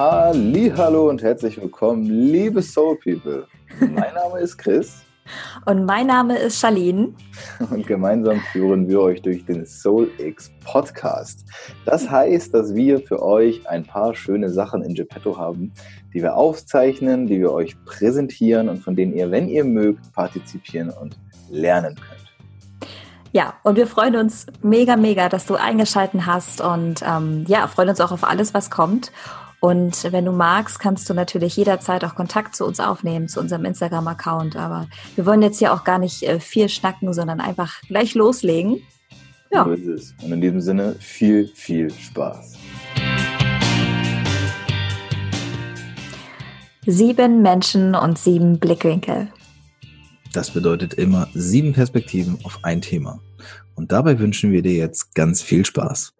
Hallihallo und herzlich willkommen, liebe Soul People. Mein Name ist Chris. Und mein Name ist Charlene. Und gemeinsam führen wir euch durch den Soul X Podcast. Das heißt, dass wir für euch ein paar schöne Sachen in Geppetto haben, die wir aufzeichnen, die wir euch präsentieren und von denen ihr, wenn ihr mögt, partizipieren und lernen könnt. Ja, und wir freuen uns mega, dass du eingeschaltet hast und freuen uns auch auf alles, was kommt. Und wenn du magst, kannst du natürlich jederzeit auch Kontakt zu uns aufnehmen, zu unserem Instagram-Account. Aber wir wollen jetzt hier auch gar nicht viel schnacken, sondern einfach gleich loslegen. Ja. So ist es. Und in diesem Sinne viel Spaß. 7 Menschen und 7 Blickwinkel. Das bedeutet immer 7 Perspektiven auf ein Thema. Und dabei wünschen wir dir jetzt ganz viel Spaß.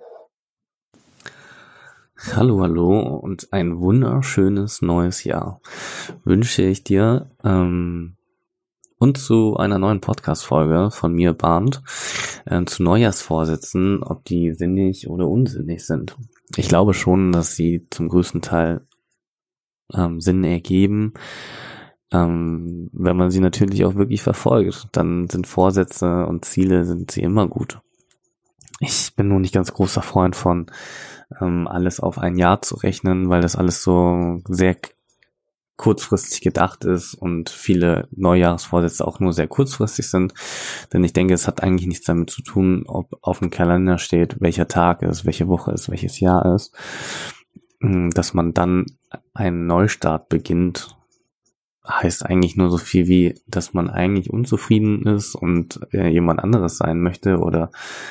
Hallo und ein wunderschönes neues Jahr wünsche ich dir und zu einer neuen Podcast-Folge von mir, Bernd, zu Neujahrsvorsätzen, ob die sinnig oder unsinnig sind. Ich glaube schon, dass sie zum größten Teil Sinn ergeben, wenn man sie natürlich auch wirklich verfolgt. Dann sind Vorsätze und Ziele, sind sie immer gut. Ich bin nur nicht ganz großer Freund von alles auf ein Jahr zu rechnen, weil das alles so sehr kurzfristig gedacht ist und viele Neujahrsvorsätze auch nur sehr kurzfristig sind. Denn ich denke, es hat eigentlich nichts damit zu tun, ob auf dem Kalender steht, welcher Tag ist, welche Woche ist, welches Jahr ist. Dass man dann einen Neustart beginnt, heißt eigentlich nur so viel wie, dass man eigentlich unzufrieden ist und jemand anderes sein möchte oder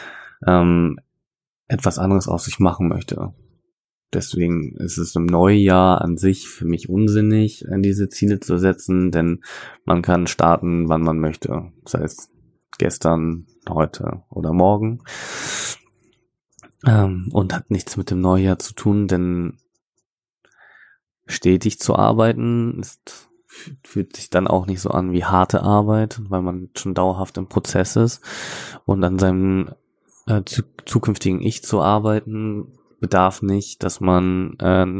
etwas anderes aus sich machen möchte. Deswegen ist es im Neujahr an sich für mich unsinnig, diese Ziele zu setzen, denn man kann starten, wann man möchte. Sei es gestern, heute oder morgen. Und hat nichts mit dem Neujahr zu tun, denn stetig zu arbeiten fühlt sich dann auch nicht so an wie harte Arbeit, weil man schon dauerhaft im Prozess ist und an seinem zukünftigen Ich zu arbeiten, bedarf nicht, dass man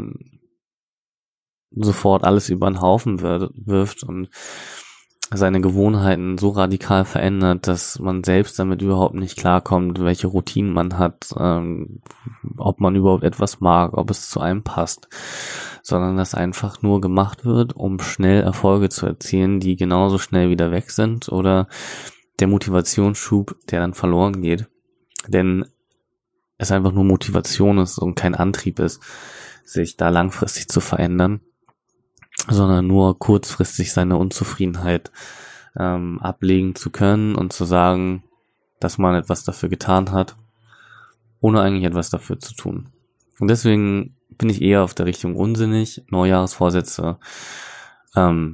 sofort alles über den Haufen wirft und seine Gewohnheiten so radikal verändert, dass man selbst damit überhaupt nicht klarkommt, welche Routinen man hat, ob man überhaupt etwas mag, ob es zu einem passt, sondern dass einfach nur gemacht wird, um schnell Erfolge zu erzielen, die genauso schnell wieder weg sind oder der Motivationsschub, der dann verloren geht. Denn es einfach nur Motivation ist und kein Antrieb ist, sich da langfristig zu verändern, sondern nur kurzfristig seine Unzufriedenheit ablegen zu können und zu sagen, dass man etwas dafür getan hat, ohne eigentlich etwas dafür zu tun. Und deswegen bin ich eher auf der Richtung unsinnig. Neujahrsvorsätze kann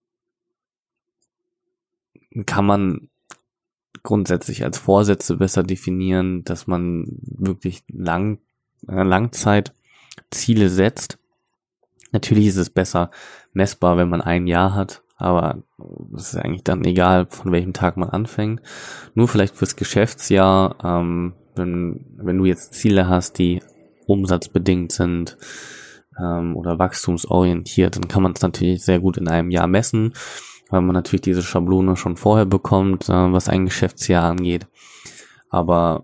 man grundsätzlich als Vorsätze besser definieren, dass man wirklich Langzeitziele setzt. Natürlich ist es besser messbar, wenn man ein Jahr hat, aber es ist eigentlich dann egal, von welchem Tag man anfängt. Nur vielleicht fürs Geschäftsjahr, wenn du jetzt Ziele hast, die umsatzbedingt sind oder wachstumsorientiert, dann kann man es natürlich sehr gut in einem Jahr messen, weil man natürlich diese Schablone schon vorher bekommt, was ein Geschäftsjahr angeht. Aber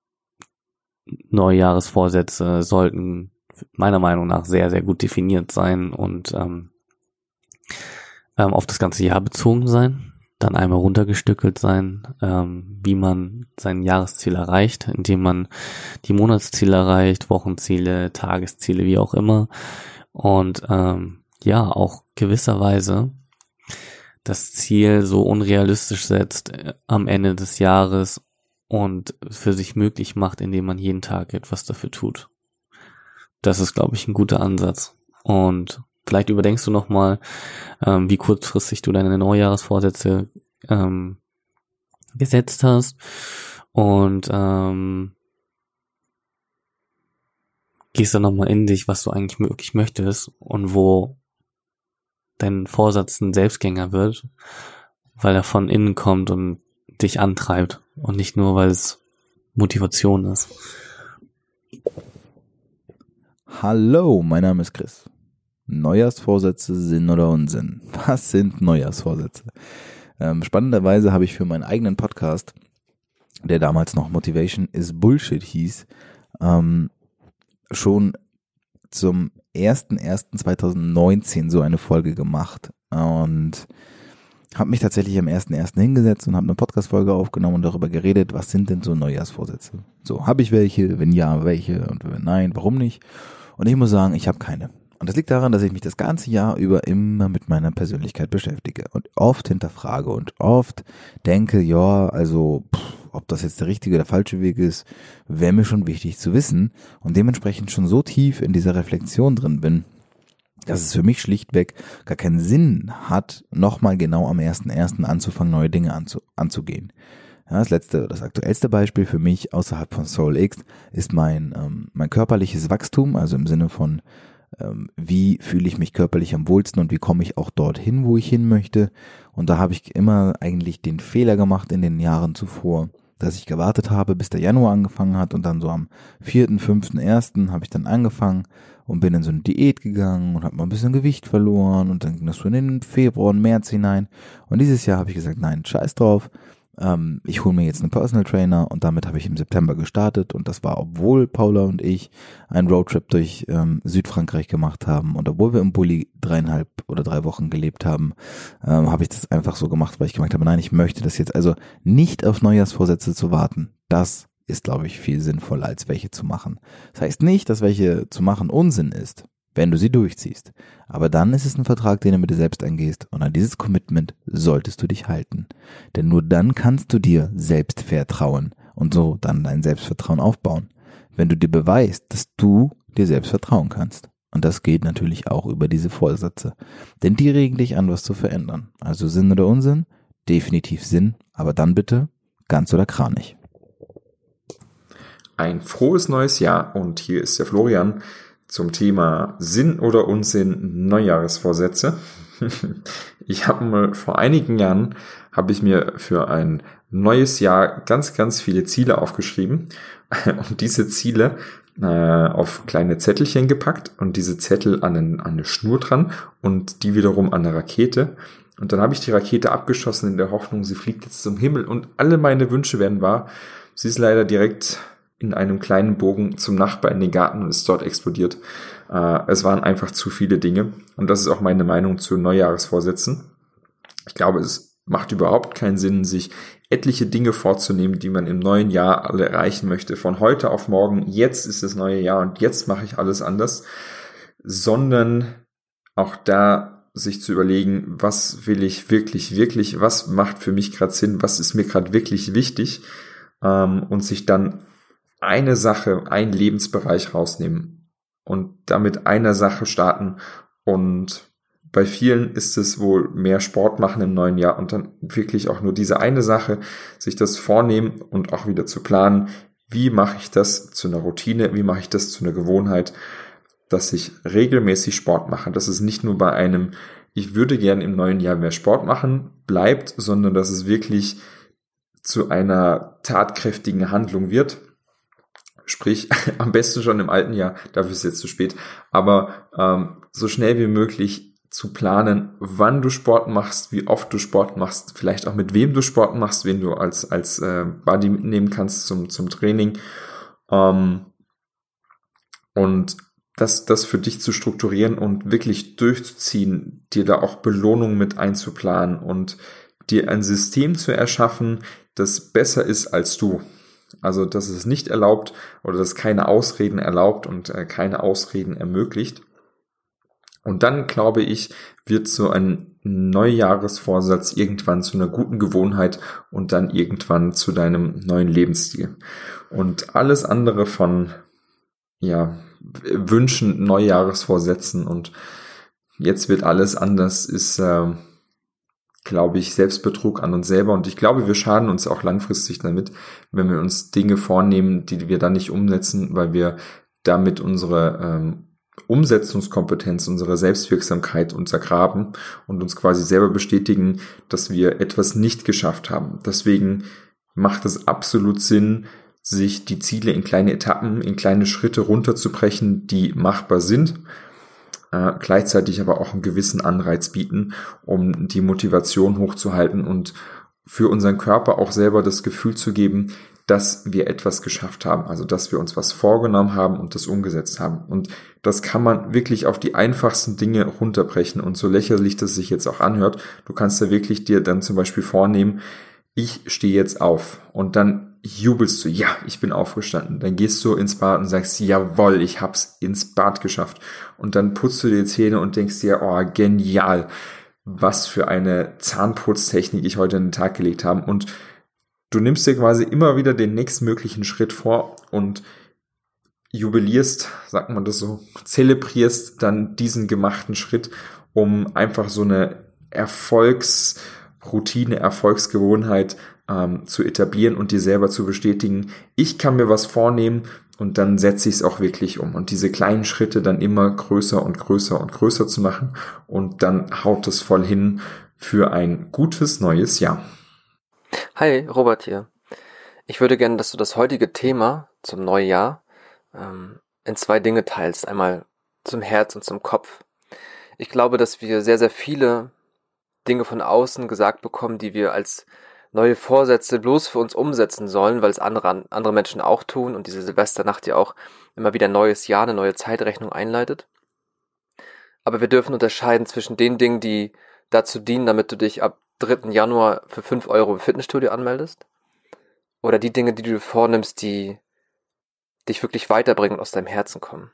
Neujahresvorsätze sollten meiner Meinung nach sehr, sehr gut definiert sein und auf das ganze Jahr bezogen sein, dann einmal runtergestückelt sein, wie man sein Jahresziel erreicht, indem man die Monatsziele erreicht, Wochenziele, Tagesziele, wie auch immer. Und auch gewisserweise das Ziel so unrealistisch setzt am Ende des Jahres und für sich möglich macht, indem man jeden Tag etwas dafür tut. Das ist, glaube ich, ein guter Ansatz. Und vielleicht überdenkst du nochmal, wie kurzfristig du deine Neujahrsvorsätze gesetzt hast und gehst dann nochmal in dich, was du eigentlich wirklich möchtest und wo dein Vorsatz ein Selbstgänger wird, weil er von innen kommt und dich antreibt und nicht nur, weil es Motivation ist. Hallo, mein Name ist Chris. Neujahrsvorsätze, Sinn oder Unsinn? Was sind Neujahrsvorsätze? Spannenderweise habe ich für meinen eigenen Podcast, der damals noch Motivation is Bullshit hieß, schon zum 01.01.2019 so eine Folge gemacht und habe mich tatsächlich am 01.01. hingesetzt und habe eine Podcast-Folge aufgenommen und darüber geredet, was sind denn so Neujahrsvorsätze? So, habe ich welche? Wenn ja, welche? Und wenn nein, warum nicht? Und ich muss sagen, ich habe keine. Und das liegt daran, dass ich mich das ganze Jahr über immer mit meiner Persönlichkeit beschäftige und oft hinterfrage und oft denke, ja, also ob das jetzt der richtige oder falsche Weg ist, wäre mir schon wichtig zu wissen und dementsprechend schon so tief in dieser Reflexion drin bin, dass es für mich schlichtweg gar keinen Sinn hat, nochmal genau am 01.01. anzufangen, neue Dinge anzugehen. Ja, das aktuellste Beispiel für mich außerhalb von SoulX ist mein körperliches Wachstum, also im Sinne von, wie fühle ich mich körperlich am wohlsten und wie komme ich auch dorthin, wo ich hin möchte. Und da habe ich immer eigentlich den Fehler gemacht in den Jahren zuvor, dass ich gewartet habe, bis der Januar angefangen hat und dann so am 4., 5., 1. habe ich dann angefangen und bin in so eine Diät gegangen und habe mal ein bisschen Gewicht verloren und dann ging das so in den Februar und März hinein. Und dieses Jahr habe ich gesagt, nein, scheiß drauf. Ich hole mir jetzt einen Personal Trainer und damit habe ich im September gestartet und das war, obwohl Paula und ich einen Roadtrip durch Südfrankreich gemacht haben und obwohl wir im Bulli 3,5 oder 3 Wochen gelebt haben, habe ich das einfach so gemacht, weil ich gemerkt habe, nein, ich möchte das jetzt also nicht auf Neujahrsvorsätze zu warten. Das ist, glaube ich, viel sinnvoller, als welche zu machen. Das heißt nicht, dass welche zu machen Unsinn ist, wenn du sie durchziehst. Aber dann ist es ein Vertrag, den du mit dir selbst eingehst und an dieses Commitment solltest du dich halten. Denn nur dann kannst du dir selbst vertrauen und so dann dein Selbstvertrauen aufbauen. Wenn du dir beweist, dass du dir selbst vertrauen kannst. Und das geht natürlich auch über diese Vorsätze. Denn die regen dich an, was zu verändern. Also Sinn oder Unsinn? Definitiv Sinn, aber dann bitte ganz oder kranig. Ein frohes neues Jahr und hier ist der Florian zum Thema Sinn oder Unsinn Neujahrsvorsätze. Ich habe mal vor einigen Jahren mir für ein neues Jahr ganz, ganz viele Ziele aufgeschrieben und diese Ziele auf kleine Zettelchen gepackt und diese Zettel an eine Schnur dran und die wiederum an eine Rakete. Und dann habe ich die Rakete abgeschossen in der Hoffnung, sie fliegt jetzt zum Himmel und alle meine Wünsche werden wahr. Sie ist leider direkt in einem kleinen Bogen zum Nachbar in den Garten und ist dort explodiert. Es waren einfach zu viele Dinge und das ist auch meine Meinung zu Neujahrsvorsätzen. Ich glaube, es macht überhaupt keinen Sinn, sich etliche Dinge vorzunehmen, die man im neuen Jahr alle erreichen möchte. Von heute auf morgen, jetzt ist das neue Jahr und jetzt mache ich alles anders, sondern auch da sich zu überlegen, was will ich wirklich, was macht für mich gerade Sinn, was ist mir gerade wirklich wichtig und sich dann eine Sache, einen Lebensbereich rausnehmen und damit einer Sache starten. Und bei vielen ist es wohl mehr Sport machen im neuen Jahr und dann wirklich auch nur diese eine Sache, sich das vornehmen und auch wieder zu planen, wie mache ich das zu einer Routine, wie mache ich das zu einer Gewohnheit, dass ich regelmäßig Sport mache. Dass es nicht nur bei einem, ich würde gerne im neuen Jahr mehr Sport machen, bleibt, sondern dass es wirklich zu einer tatkräftigen Handlung wird. Sprich, am besten schon im alten Jahr, dafür ist es jetzt zu spät, aber so schnell wie möglich zu planen, wann du Sport machst, wie oft du Sport machst, vielleicht auch mit wem du Sport machst, wen du als Buddy mitnehmen kannst zum Training und das für dich zu strukturieren und wirklich durchzuziehen, dir da auch Belohnungen mit einzuplanen und dir ein System zu erschaffen, das besser ist als du. Also, dass es nicht erlaubt oder dass keine Ausreden erlaubt und keine Ausreden ermöglicht. Und dann, glaube ich, wird so ein Neujahresvorsatz irgendwann zu einer guten Gewohnheit und dann irgendwann zu deinem neuen Lebensstil. Und alles andere von, Wünschen, Neujahresvorsätzen und jetzt wird alles anders ist, glaube ich, Selbstbetrug an uns selber. Und ich glaube, wir schaden uns auch langfristig damit, wenn wir uns Dinge vornehmen, die wir dann nicht umsetzen, weil wir damit unsere Umsetzungskompetenz, unsere Selbstwirksamkeit untergraben und uns quasi selber bestätigen, dass wir etwas nicht geschafft haben. Deswegen macht es absolut Sinn, sich die Ziele in kleine Etappen, in kleine Schritte runterzubrechen, die machbar sind, gleichzeitig aber auch einen gewissen Anreiz bieten, um die Motivation hochzuhalten und für unseren Körper auch selber das Gefühl zu geben, dass wir etwas geschafft haben, also dass wir uns was vorgenommen haben und das umgesetzt haben. Und das kann man wirklich auf die einfachsten Dinge runterbrechen. Und so lächerlich das sich jetzt auch anhört, du kannst da wirklich dir dann zum Beispiel vornehmen, ich stehe jetzt auf, und dann jubelst du, ja, ich bin aufgestanden. Dann gehst du ins Bad und sagst, jawohl, ich hab's ins Bad geschafft. Und dann putzt du dir die Zähne und denkst dir, oh, genial, was für eine Zahnputztechnik ich heute an den Tag gelegt habe. Und du nimmst dir quasi immer wieder den nächstmöglichen Schritt vor und jubilierst, sagt man das so, zelebrierst dann diesen gemachten Schritt, um einfach so eine Erfolgsroutine, Erfolgsgewohnheit zu etablieren und dir selber zu bestätigen, ich kann mir was vornehmen und dann setze ich es auch wirklich um. Und diese kleinen Schritte dann immer größer und größer und größer zu machen, und dann haut es voll hin für ein gutes neues Jahr. Hi, Robert hier. Ich würde gerne, dass du das heutige Thema zum Neujahr in 2 Dinge teilst. Einmal zum Herz und zum Kopf. Ich glaube, dass wir sehr, sehr viele Dinge von außen gesagt bekommen, die wir als neue Vorsätze bloß für uns umsetzen sollen, weil es andere Menschen auch tun und diese Silvesternacht ja auch immer wieder ein neues Jahr, eine neue Zeitrechnung einleitet. Aber wir dürfen unterscheiden zwischen den Dingen, die dazu dienen, damit du dich ab 3. Januar für 5 Euro im Fitnessstudio anmeldest, oder die Dinge, die du dir vornimmst, die dich wirklich weiterbringen und aus deinem Herzen kommen.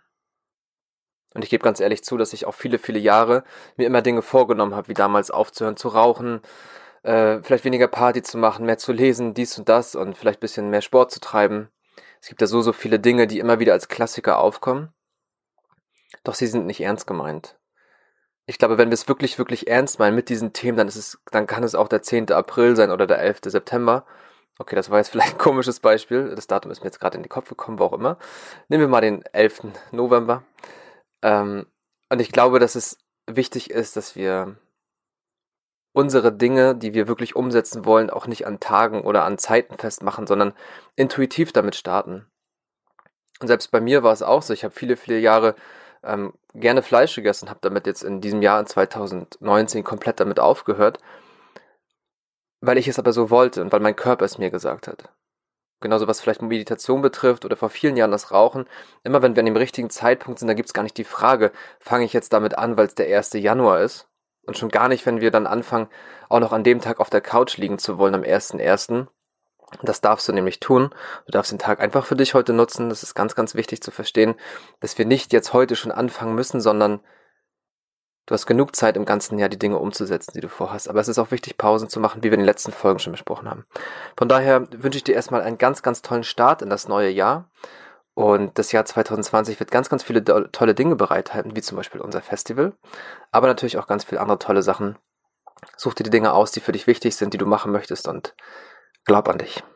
Und ich gebe ganz ehrlich zu, dass ich auch viele, viele Jahre mir immer Dinge vorgenommen habe, wie damals aufzuhören zu rauchen, vielleicht weniger Party zu machen, mehr zu lesen, dies und das, und vielleicht ein bisschen mehr Sport zu treiben. Es gibt ja so viele Dinge, die immer wieder als Klassiker aufkommen, doch sie sind nicht ernst gemeint. Ich glaube, wenn wir es wirklich, wirklich ernst meinen mit diesen Themen, dann kann es auch der 10. April sein oder der 11. September. Okay, das war jetzt vielleicht ein komisches Beispiel. Das Datum ist mir jetzt gerade in den Kopf gekommen, wo auch immer. Nehmen wir mal den 11. November. Und ich glaube, dass es wichtig ist, dass wir unsere Dinge, die wir wirklich umsetzen wollen, auch nicht an Tagen oder an Zeiten festmachen, sondern intuitiv damit starten. Und selbst bei mir war es auch so. Ich habe viele, viele Jahre gerne Fleisch gegessen, habe damit jetzt in diesem Jahr, in 2019, komplett damit aufgehört, weil ich es aber so wollte und weil mein Körper es mir gesagt hat. Genauso was vielleicht Meditation betrifft oder vor vielen Jahren das Rauchen. Immer wenn wir an dem richtigen Zeitpunkt sind, da gibt es gar nicht die Frage, fange ich jetzt damit an, weil es der 1. Januar ist? Und schon gar nicht, wenn wir dann anfangen, auch noch an dem Tag auf der Couch liegen zu wollen am 1.1. Das darfst du nämlich tun. Du darfst den Tag einfach für dich heute nutzen. Das ist ganz, ganz wichtig zu verstehen, dass wir nicht jetzt heute schon anfangen müssen, sondern du hast genug Zeit im ganzen Jahr, die Dinge umzusetzen, die du vorhast. Aber es ist auch wichtig, Pausen zu machen, wie wir in den letzten Folgen schon besprochen haben. Von daher wünsche ich dir erstmal einen ganz, ganz tollen Start in das neue Jahr. Und das Jahr 2020 wird ganz, ganz viele tolle Dinge bereithalten, wie zum Beispiel unser Festival. Aber natürlich auch ganz viele andere tolle Sachen. Such dir die Dinge aus, die für dich wichtig sind, die du machen möchtest, und glaub an dich.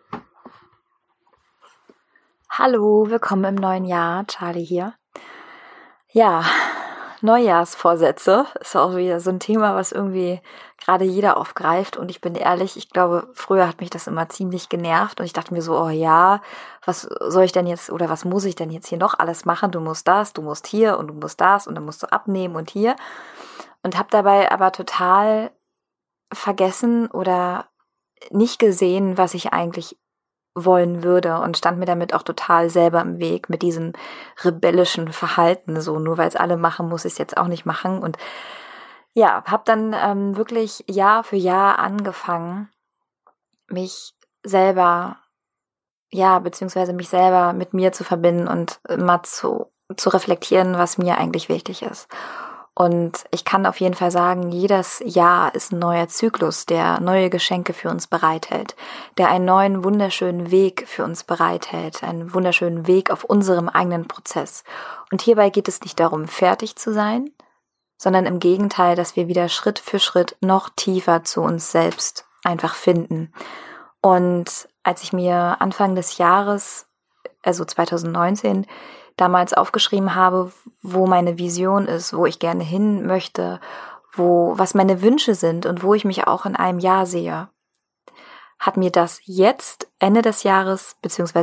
Hallo, willkommen im neuen Jahr. Charlie hier. Ja, Neujahrsvorsätze ist auch wieder so ein Thema, was irgendwie gerade jeder aufgreift. Und ich bin ehrlich, ich glaube, früher hat mich das immer ziemlich genervt. Und ich dachte mir so, oh ja, was soll ich denn jetzt oder was muss ich denn jetzt hier noch alles machen? Du musst das, du musst hier und du musst das und dann musst du abnehmen und hier. Und habe dabei aber total vergessen oder nicht gesehen, was ich eigentlich wollen würde, und stand mir damit auch total selber im Weg mit diesem rebellischen Verhalten, so nur weil es alle machen, muss ich es jetzt auch nicht machen. Und ja, habe dann wirklich Jahr für Jahr angefangen, mich selber, beziehungsweise mich selber mit mir zu verbinden und mal zu reflektieren, was mir eigentlich wichtig ist. Und ich kann auf jeden Fall sagen, jedes Jahr ist ein neuer Zyklus, der neue Geschenke für uns bereithält, der einen neuen, wunderschönen Weg für uns bereithält, einen wunderschönen Weg auf unserem eigenen Prozess. Und hierbei geht es nicht darum, fertig zu sein, sondern im Gegenteil, dass wir wieder Schritt für Schritt noch tiefer zu uns selbst einfach finden. Und als ich mir Anfang des Jahres, also 2019, damals aufgeschrieben habe, wo meine Vision ist, wo ich gerne hin möchte, was meine Wünsche sind und wo ich mich auch in einem Jahr sehe, hat mir das jetzt, Ende des Jahres, beziehungsweise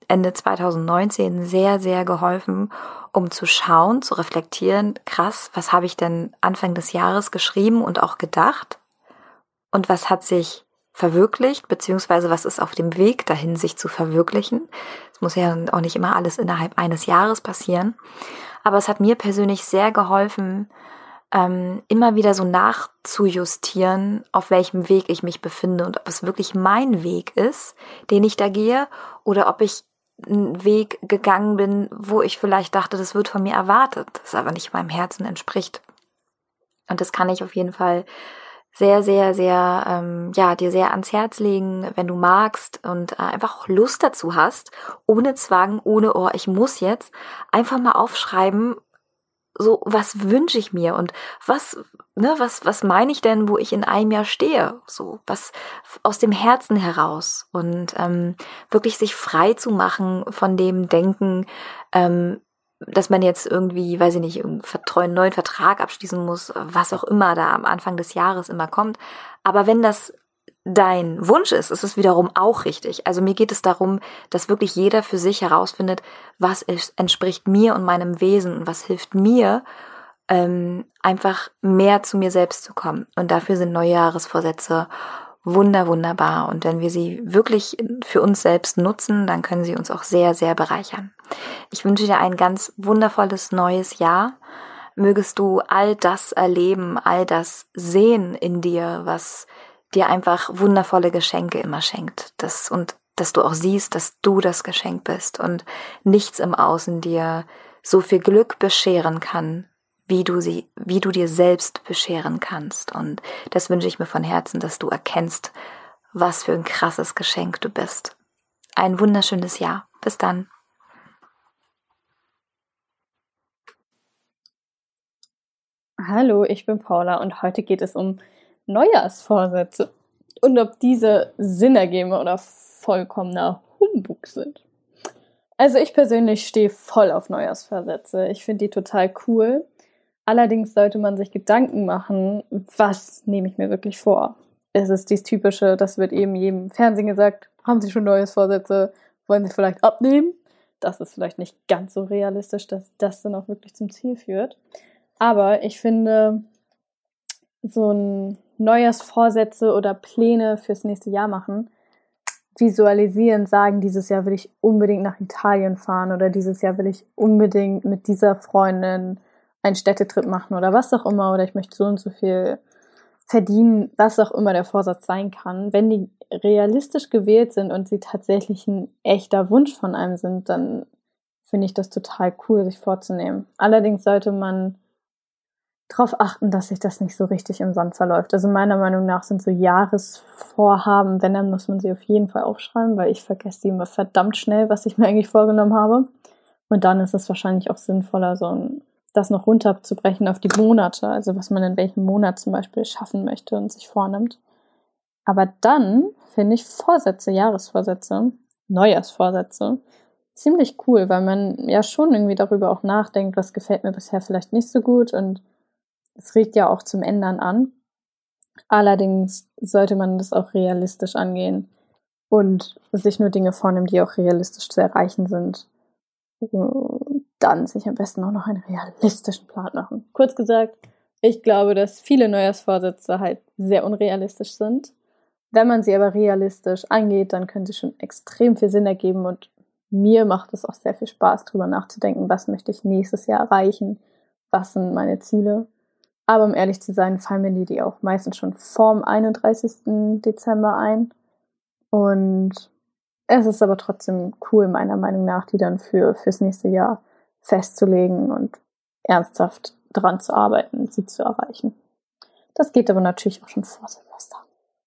Ende 2019 sehr, sehr geholfen, um zu schauen, zu reflektieren, krass, was habe ich denn Anfang des Jahres geschrieben und auch gedacht? Und was hat sich verwirklicht, beziehungsweise was ist auf dem Weg dahin, sich zu verwirklichen? Es muss ja auch nicht immer alles innerhalb eines Jahres passieren. Aber es hat mir persönlich sehr geholfen, immer wieder so nachzujustieren, auf welchem Weg ich mich befinde und ob es wirklich mein Weg ist, den ich da gehe, oder ob ich einen Weg gegangen bin, wo ich vielleicht dachte, das wird von mir erwartet, das aber nicht meinem Herzen entspricht. Und das kann ich auf jeden Fall sehr, sehr, sehr, dir sehr ans Herz legen, wenn du magst und einfach auch Lust dazu hast, ohne Zwang, ohne, oh, ich muss jetzt, einfach mal aufschreiben, so, was wünsche ich mir und was meine ich denn, wo ich in einem Jahr stehe? So, was aus dem Herzen heraus und wirklich sich frei zu machen von dem Denken, dass man jetzt irgendwie, weiß ich nicht, einen neuen Vertrag abschließen muss, was auch immer da am Anfang des Jahres immer kommt. Aber wenn das dein Wunsch ist, ist es wiederum auch richtig. Also mir geht es darum, dass wirklich jeder für sich herausfindet, was entspricht mir und meinem Wesen und was hilft mir, einfach mehr zu mir selbst zu kommen. Und dafür sind Neujahresvorsätze wunderbar. Und wenn wir sie wirklich für uns selbst nutzen, dann können sie uns auch sehr, sehr bereichern. Ich wünsche dir ein ganz wundervolles neues Jahr. Mögest du all das erleben, all das sehen in dir, was dir einfach wundervolle Geschenke immer schenkt. Und dass du auch siehst, dass du das Geschenk bist und nichts im Außen dir so viel Glück bescheren kann, wie du dir selbst bescheren kannst. Und das wünsche ich mir von Herzen, dass du erkennst, was für ein krasses Geschenk du bist. Ein wunderschönes Jahr. Bis dann. Hallo, ich bin Paula und heute geht es um Neujahrsvorsätze und ob diese Sinn ergeben oder vollkommener Humbug sind. Also ich persönlich stehe voll auf Neujahrsvorsätze. Ich finde die total cool. Allerdings sollte man sich Gedanken machen, was nehme ich mir wirklich vor. Es ist dies Typische, das wird eben jedem Fernsehen gesagt, haben Sie schon Neujahrsvorsätze, wollen Sie vielleicht abnehmen? Das ist vielleicht nicht ganz so realistisch, dass das dann auch wirklich zum Ziel führt. Aber ich finde, so ein Neujahrsvorsätze oder Pläne fürs nächste Jahr machen, visualisieren, sagen, dieses Jahr will ich unbedingt nach Italien fahren oder dieses Jahr will ich unbedingt mit dieser Freundin einen Städtetrip machen oder was auch immer, oder ich möchte so und so viel verdienen, was auch immer der Vorsatz sein kann. Wenn die realistisch gewählt sind und sie tatsächlich ein echter Wunsch von einem sind, dann finde ich das total cool, sich vorzunehmen. Allerdings sollte man darauf achten, dass sich das nicht so richtig im Sand verläuft. Also meiner Meinung nach sind so Jahresvorhaben, wenn, dann muss man sie auf jeden Fall aufschreiben, weil ich vergesse die immer verdammt schnell, was ich mir eigentlich vorgenommen habe. Und dann ist es wahrscheinlich auch sinnvoller, das noch runterzubrechen auf die Monate, also was man in welchem Monat zum Beispiel schaffen möchte und sich vornimmt. Aber dann finde ich Vorsätze, Jahresvorsätze, Neujahrsvorsätze ziemlich cool, weil man ja schon irgendwie darüber auch nachdenkt, was gefällt mir bisher vielleicht nicht so gut, und es regt ja auch zum Ändern an. Allerdings sollte man das auch realistisch angehen und sich nur Dinge vornehmen, die auch realistisch zu erreichen sind. Und dann sich am besten auch noch einen realistischen Plan machen. Kurz gesagt, ich glaube, dass viele Neujahrsvorsätze halt sehr unrealistisch sind. Wenn man sie aber realistisch angeht, dann können sie schon extrem viel Sinn ergeben, und mir macht es auch sehr viel Spaß, drüber nachzudenken, was möchte ich nächstes Jahr erreichen, was sind meine Ziele. Aber um ehrlich zu sein, fallen mir die auch meistens schon vorm 31. Dezember ein. Und es ist aber trotzdem cool, meiner Meinung nach, die dann fürs nächste Jahr festzulegen und ernsthaft dran zu arbeiten, sie zu erreichen. Das geht aber natürlich auch schon vor Silvester.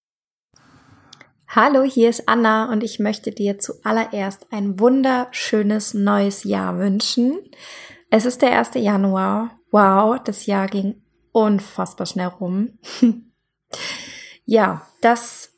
Hallo, hier ist Anna und ich möchte dir zuallererst ein wunderschönes neues Jahr wünschen. Es ist der 1. Januar. Wow, das Jahr ging unfassbar schnell rum. Ja, das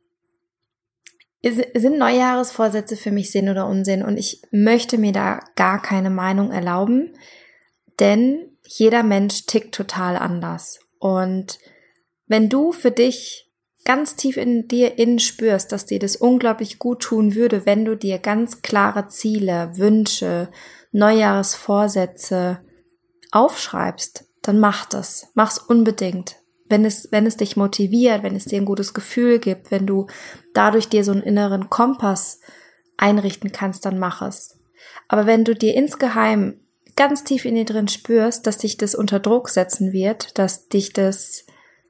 sind Neujahresvorsätze für mich Sinn oder Unsinn, und ich möchte mir da gar keine Meinung erlauben, denn jeder Mensch tickt total anders. Und wenn du für dich ganz tief in dir innen spürst, dass dir das unglaublich gut tun würde, wenn du dir ganz klare Ziele, Wünsche, Neujahresvorsätze aufschreibst, dann mach das. Mach's unbedingt. Wenn es dich motiviert, wenn es dir ein gutes Gefühl gibt, wenn du dadurch dir so einen inneren Kompass einrichten kannst, dann mach es. Aber wenn du dir insgeheim ganz tief in dir drin spürst, dass dich das unter Druck setzen wird, dass dich das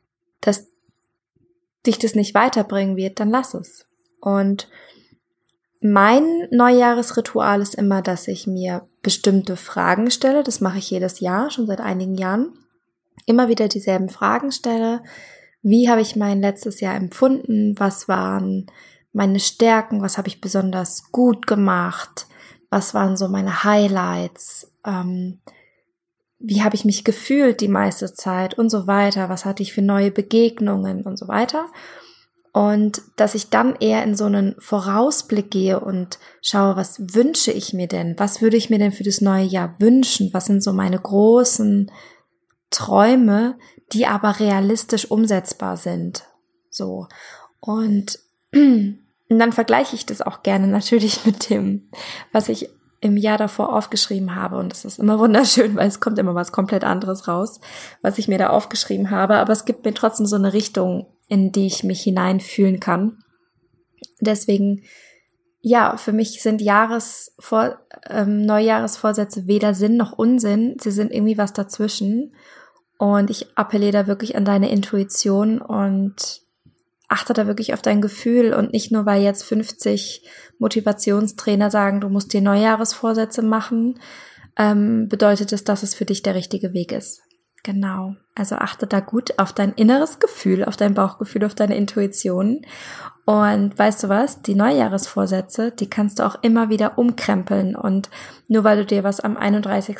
nicht weiterbringen wird, dann lass es. Und mein Neujahresritual ist immer, dass ich mir bestimmte Fragen stelle. Das mache ich jedes Jahr, schon seit einigen Jahren. Immer wieder dieselben Fragen stelle. Wie habe ich mein letztes Jahr empfunden? Was waren meine Stärken? Was habe ich besonders gut gemacht? Was waren so meine Highlights? Wie habe ich mich gefühlt die meiste Zeit und so weiter? Was hatte ich für neue Begegnungen und so weiter? Und dass ich dann eher in so einen Vorausblick gehe und schaue, was wünsche ich mir denn? Was würde ich mir denn für das neue Jahr wünschen? Was sind so meine großen Träume, die aber realistisch umsetzbar sind? So. Und dann vergleiche ich das auch gerne natürlich mit dem, was ich im Jahr davor aufgeschrieben habe. Und das ist immer wunderschön, weil es kommt immer was komplett anderes raus, was ich mir da aufgeschrieben habe. Aber es gibt mir trotzdem so eine Richtung, in die ich mich hineinfühlen kann. Deswegen, ja, für mich sind Neujahresvorsätze weder Sinn noch Unsinn. Sie sind irgendwie was dazwischen. Und ich appelliere da wirklich an deine Intuition und achte da wirklich auf dein Gefühl und nicht nur, weil jetzt 50 Motivationstrainer sagen, du musst dir Neujahresvorsätze machen, bedeutet es, dass es für dich der richtige Weg ist. Genau. Also achte da gut auf dein inneres Gefühl, auf dein Bauchgefühl, auf deine Intuition. Und weißt du was? Die Neujahresvorsätze, die kannst du auch immer wieder umkrempeln. Und nur weil du dir was am 31.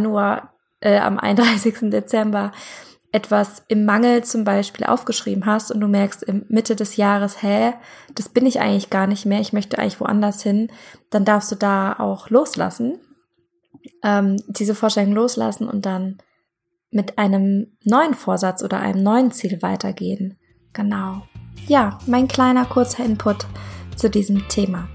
Dezember etwas im Mangel zum Beispiel aufgeschrieben hast und du merkst in Mitte des Jahres, das bin ich eigentlich gar nicht mehr, ich möchte eigentlich woanders hin, dann darfst du da auch loslassen, diese Vorstellung loslassen und dann mit einem neuen Vorsatz oder einem neuen Ziel weitergehen. Genau. Ja, mein kleiner kurzer Input zu diesem Thema.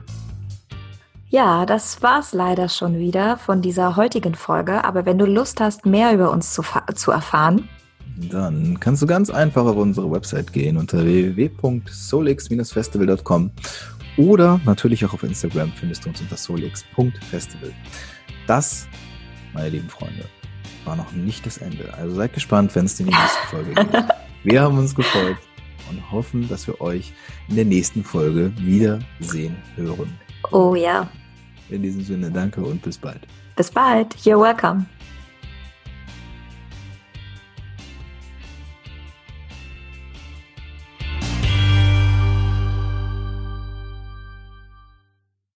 Ja, das war's leider schon wieder von dieser heutigen Folge. Aber wenn du Lust hast, mehr über uns zu erfahren, dann kannst du ganz einfach auf unsere Website gehen unter www.soulx-festival.com oder natürlich auch auf Instagram findest du uns unter soulx.festival. Das, meine lieben Freunde, war noch nicht das Ende. Also seid gespannt, wenn es in die nächste Folge geht. Wir haben uns gefreut und hoffen, dass wir euch in der nächsten Folge wiedersehen hören. Oh ja. In diesem Sinne, danke und bis bald. Bis bald. You're welcome.